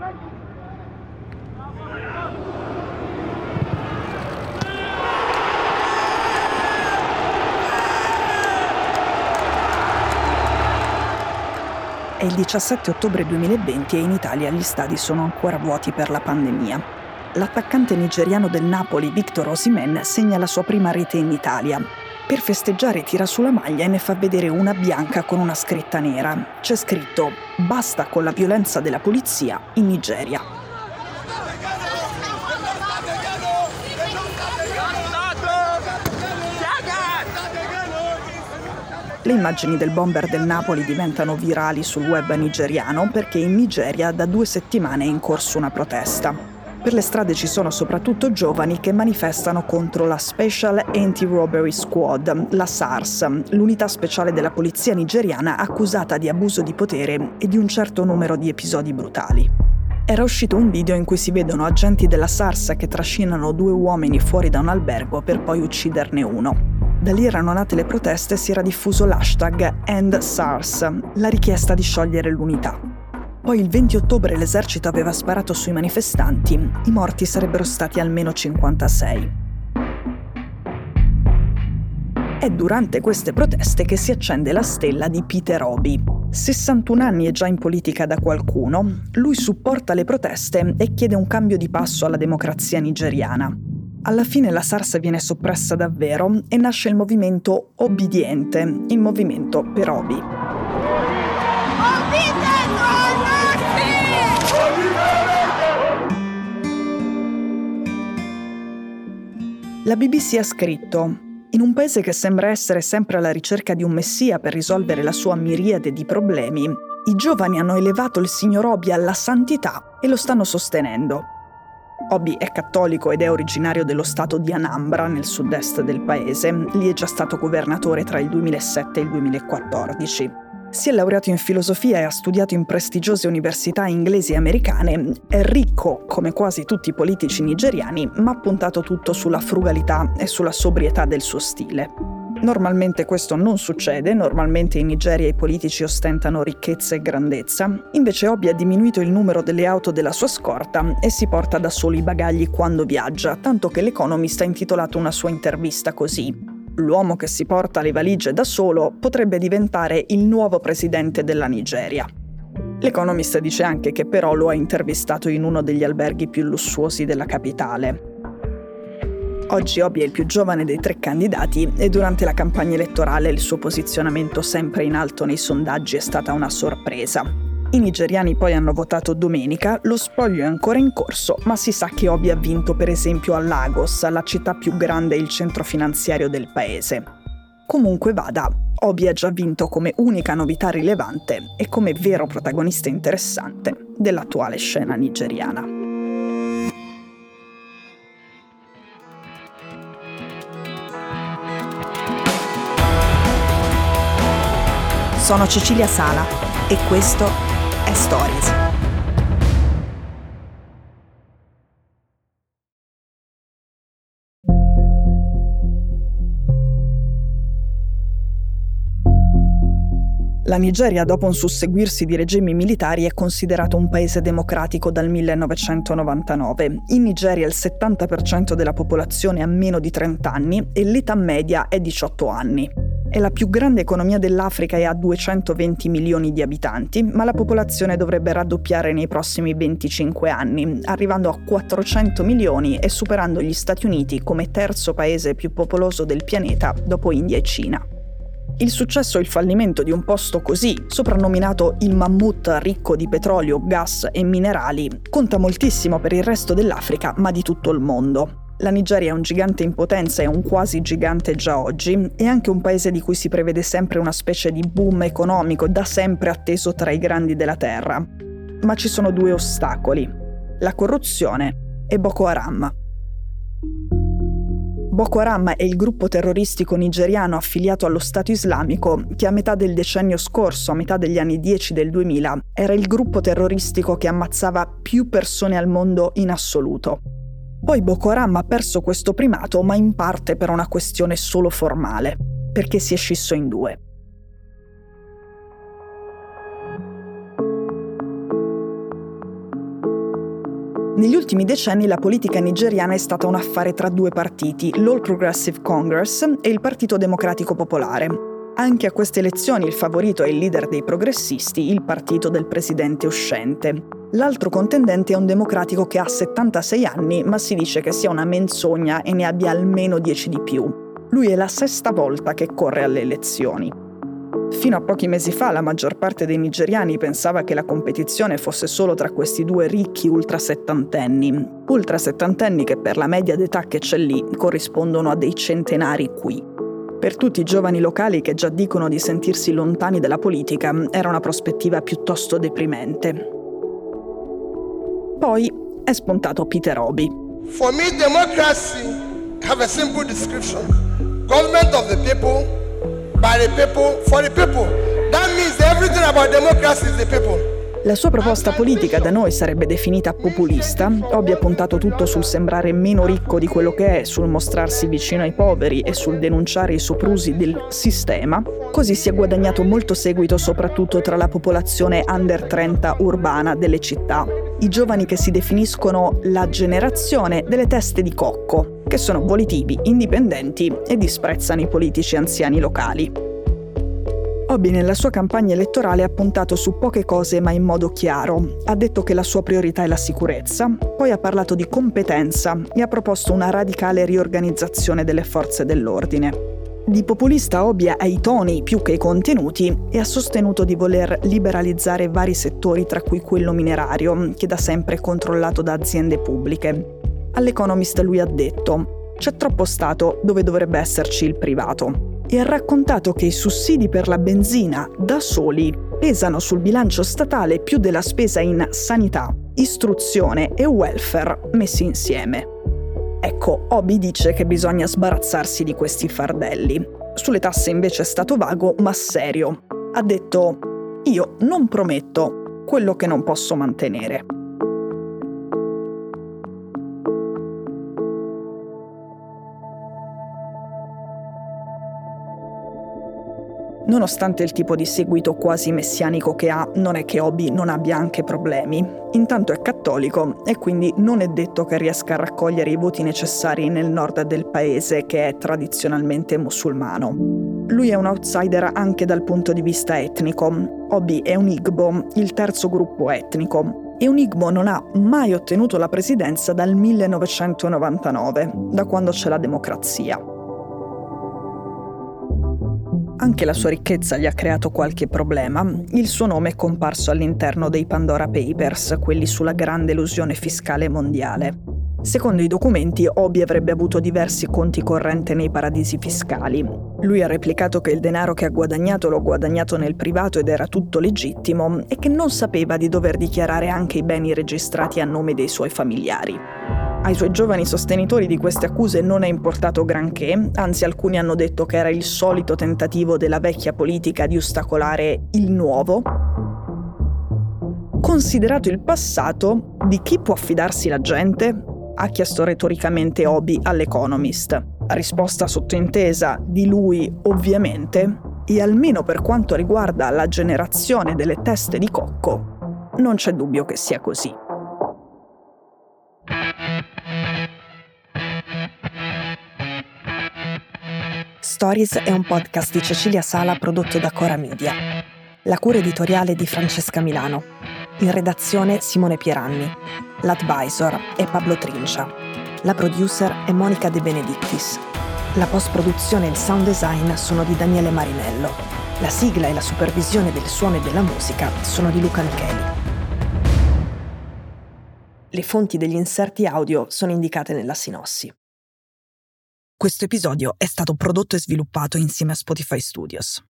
È il 17 ottobre 2020 e in Italia gli stadi sono ancora vuoti per la pandemia. L'attaccante nigeriano del Napoli, Victor Osimhen, segna la sua prima rete in Italia. Per festeggiare tira su la maglia e ne fa vedere una bianca con una scritta nera. C'è scritto: "Basta con la violenza della polizia in Nigeria". Le immagini del bomber del Napoli diventano virali sul web nigeriano perché in Nigeria da 2 settimane è in corso una protesta. Per le strade ci sono soprattutto giovani che manifestano contro la Special Anti-Robbery Squad, la SARS, l'unità speciale della polizia nigeriana accusata di abuso di potere e di un certo numero di episodi brutali. Era uscito un video in cui si vedono agenti della SARS che trascinano 2 uomini fuori da un albergo per poi ucciderne uno. Da lì erano nate le proteste e si era diffuso l'hashtag #EndSARS, la richiesta di sciogliere l'unità. Poi il 20 ottobre l'esercito aveva sparato sui manifestanti, i morti sarebbero stati almeno 56. È durante queste proteste che si accende la stella di Peter Obi. 61 anni e già in politica da qualcuno, lui supporta le proteste e chiede un cambio di passo alla democrazia nigeriana. Alla fine la SARS viene soppressa davvero e nasce il movimento Obidiente, il movimento per Obi. La BBC ha scritto: in un paese che sembra essere sempre alla ricerca di un messia per risolvere la sua miriade di problemi, i giovani hanno elevato il signor Obi alla santità e lo stanno sostenendo. Obi è cattolico ed è originario dello stato di Anambra, nel sud-est del paese. Lì è già stato governatore tra il 2007 e il 2014. Si è laureato in filosofia e ha studiato in prestigiose università inglesi e americane. È ricco, come quasi tutti i politici nigeriani, ma ha puntato tutto sulla frugalità e sulla sobrietà del suo stile. Normalmente questo non succede, normalmente in Nigeria i politici ostentano ricchezza e grandezza, invece Obi ha diminuito il numero delle auto della sua scorta e si porta da solo i bagagli quando viaggia, tanto che l'Economist ha intitolato una sua intervista così: "L'uomo che si porta le valigie da solo potrebbe diventare il nuovo presidente della Nigeria". L'Economist dice anche che però lo ha intervistato in uno degli alberghi più lussuosi della capitale. Oggi Obi è il più giovane dei 3 candidati e durante la campagna elettorale il suo posizionamento sempre in alto nei sondaggi è stata una sorpresa. I nigeriani poi hanno votato domenica, lo spoglio è ancora in corso, ma si sa che Obi ha vinto per esempio a Lagos, la città più grande e il centro finanziario del paese. Comunque vada, Obi ha già vinto come unica novità rilevante e come vero protagonista interessante dell'attuale scena nigeriana. Sono Cecilia Sala e questo è Stories. La Nigeria, dopo un susseguirsi di regimi militari, è considerato un paese democratico dal 1999. In Nigeria il 70% della popolazione ha meno di 30 anni e l'età media è 18 anni. È la più grande economia dell'Africa e ha 220 milioni di abitanti, ma la popolazione dovrebbe raddoppiare nei prossimi 25 anni, arrivando a 400 milioni e superando gli Stati Uniti come terzo paese più popoloso del pianeta dopo India e Cina. Il successo e il fallimento di un posto così, soprannominato il mammut ricco di petrolio, gas e minerali, conta moltissimo per il resto dell'Africa, ma di tutto il mondo. La Nigeria è un gigante in potenza e un quasi gigante già oggi, è anche un paese di cui si prevede sempre una specie di boom economico, da sempre atteso tra i grandi della terra. Ma ci sono 2 ostacoli: la corruzione e Boko Haram. Boko Haram è il gruppo terroristico nigeriano affiliato allo Stato Islamico che a metà del decennio scorso, a metà degli anni 10 del 2000, era il gruppo terroristico che ammazzava più persone al mondo in assoluto. Poi Boko Haram ha perso questo primato, ma in parte per una questione solo formale, perché si è scisso in 2. Negli ultimi decenni la politica nigeriana è stata un affare tra due partiti, l'All Progressive Congress e il Partito Democratico Popolare. Anche a queste elezioni il favorito è il leader dei progressisti, il partito del presidente uscente. L'altro contendente è un democratico che ha 76 anni, ma si dice che sia una menzogna e ne abbia almeno 10 di più. Lui è la 6ª volta che corre alle elezioni. Fino a pochi mesi fa la maggior parte dei nigeriani pensava che la competizione fosse solo tra questi due ricchi ultrasettantenni. Ultrasettantenni che per la media d'età che c'è lì corrispondono a dei centenari qui. Per tutti i giovani locali che già dicono di sentirsi lontani dalla politica, era una prospettiva piuttosto deprimente. Poi è spuntato Peter Obi. For me, democracy have a simple description. Government of the people, by the people, for the people. That means everything about democracy is the people. La sua proposta politica da noi sarebbe definita populista. Obi ha puntato tutto sul sembrare meno ricco di quello che è, sul mostrarsi vicino ai poveri e sul denunciare i soprusi del sistema. Così si è guadagnato molto seguito soprattutto tra la popolazione under 30 urbana delle città. I giovani che si definiscono la generazione delle teste di cocco, che sono volitivi, indipendenti e disprezzano i politici anziani locali. Obi nella sua campagna elettorale ha puntato su poche cose ma in modo chiaro. Ha detto che la sua priorità è la sicurezza, poi ha parlato di competenza e ha proposto una radicale riorganizzazione delle forze dell'ordine. Di populista Obi ha i toni più che i contenuti e ha sostenuto di voler liberalizzare vari settori, tra cui quello minerario, che da sempre è controllato da aziende pubbliche. All'Economist lui ha detto: «C'è troppo Stato dove dovrebbe esserci il privato». E ha raccontato che i sussidi per la benzina, da soli, pesano sul bilancio statale più della spesa in sanità, istruzione e welfare messi insieme. Ecco, Obi dice che bisogna sbarazzarsi di questi fardelli. Sulle tasse invece è stato vago, ma serio. Ha detto: «Io non prometto quello che non posso mantenere». Nonostante il tipo di seguito quasi messianico che ha, non è che Obi non abbia anche problemi. Intanto è cattolico e quindi non è detto che riesca a raccogliere i voti necessari nel nord del paese, che è tradizionalmente musulmano. Lui è un outsider anche dal punto di vista etnico. Obi è un Igbo, il terzo gruppo etnico. E un Igbo non ha mai ottenuto la presidenza dal 1999, da quando c'è la democrazia. Anche la sua ricchezza gli ha creato qualche problema. Il suo nome è comparso all'interno dei Pandora Papers, quelli sulla grande elusione fiscale mondiale. Secondo i documenti, Obi avrebbe avuto diversi conti correnti nei paradisi fiscali. Lui ha replicato che il denaro che ha guadagnato l'ha guadagnato nel privato ed era tutto legittimo e che non sapeva di dover dichiarare anche i beni registrati a nome dei suoi familiari. Ai suoi giovani sostenitori di queste accuse non è importato granché, anzi alcuni hanno detto che era il solito tentativo della vecchia politica di ostacolare il nuovo. Considerato il passato, di chi può fidarsi la gente? Ha chiesto retoricamente Obi all'Economist. Risposta sottintesa di lui, ovviamente, e almeno per quanto riguarda la generazione delle teste di cocco, non c'è dubbio che sia così. Stories è un podcast di Cecilia Sala prodotto da Cora Media. La cura editoriale di Francesca Milano. In redazione Simone Pieranni. L'advisor è Pablo Trincia. La producer è Monica De Benedictis. La post-produzione e il sound design sono di Daniele Marinello. La sigla e la supervisione del suono e della musica sono di Luca Micheli. Le fonti degli inserti audio sono indicate nella sinossi. Questo episodio è stato prodotto e sviluppato insieme a Spotify Studios.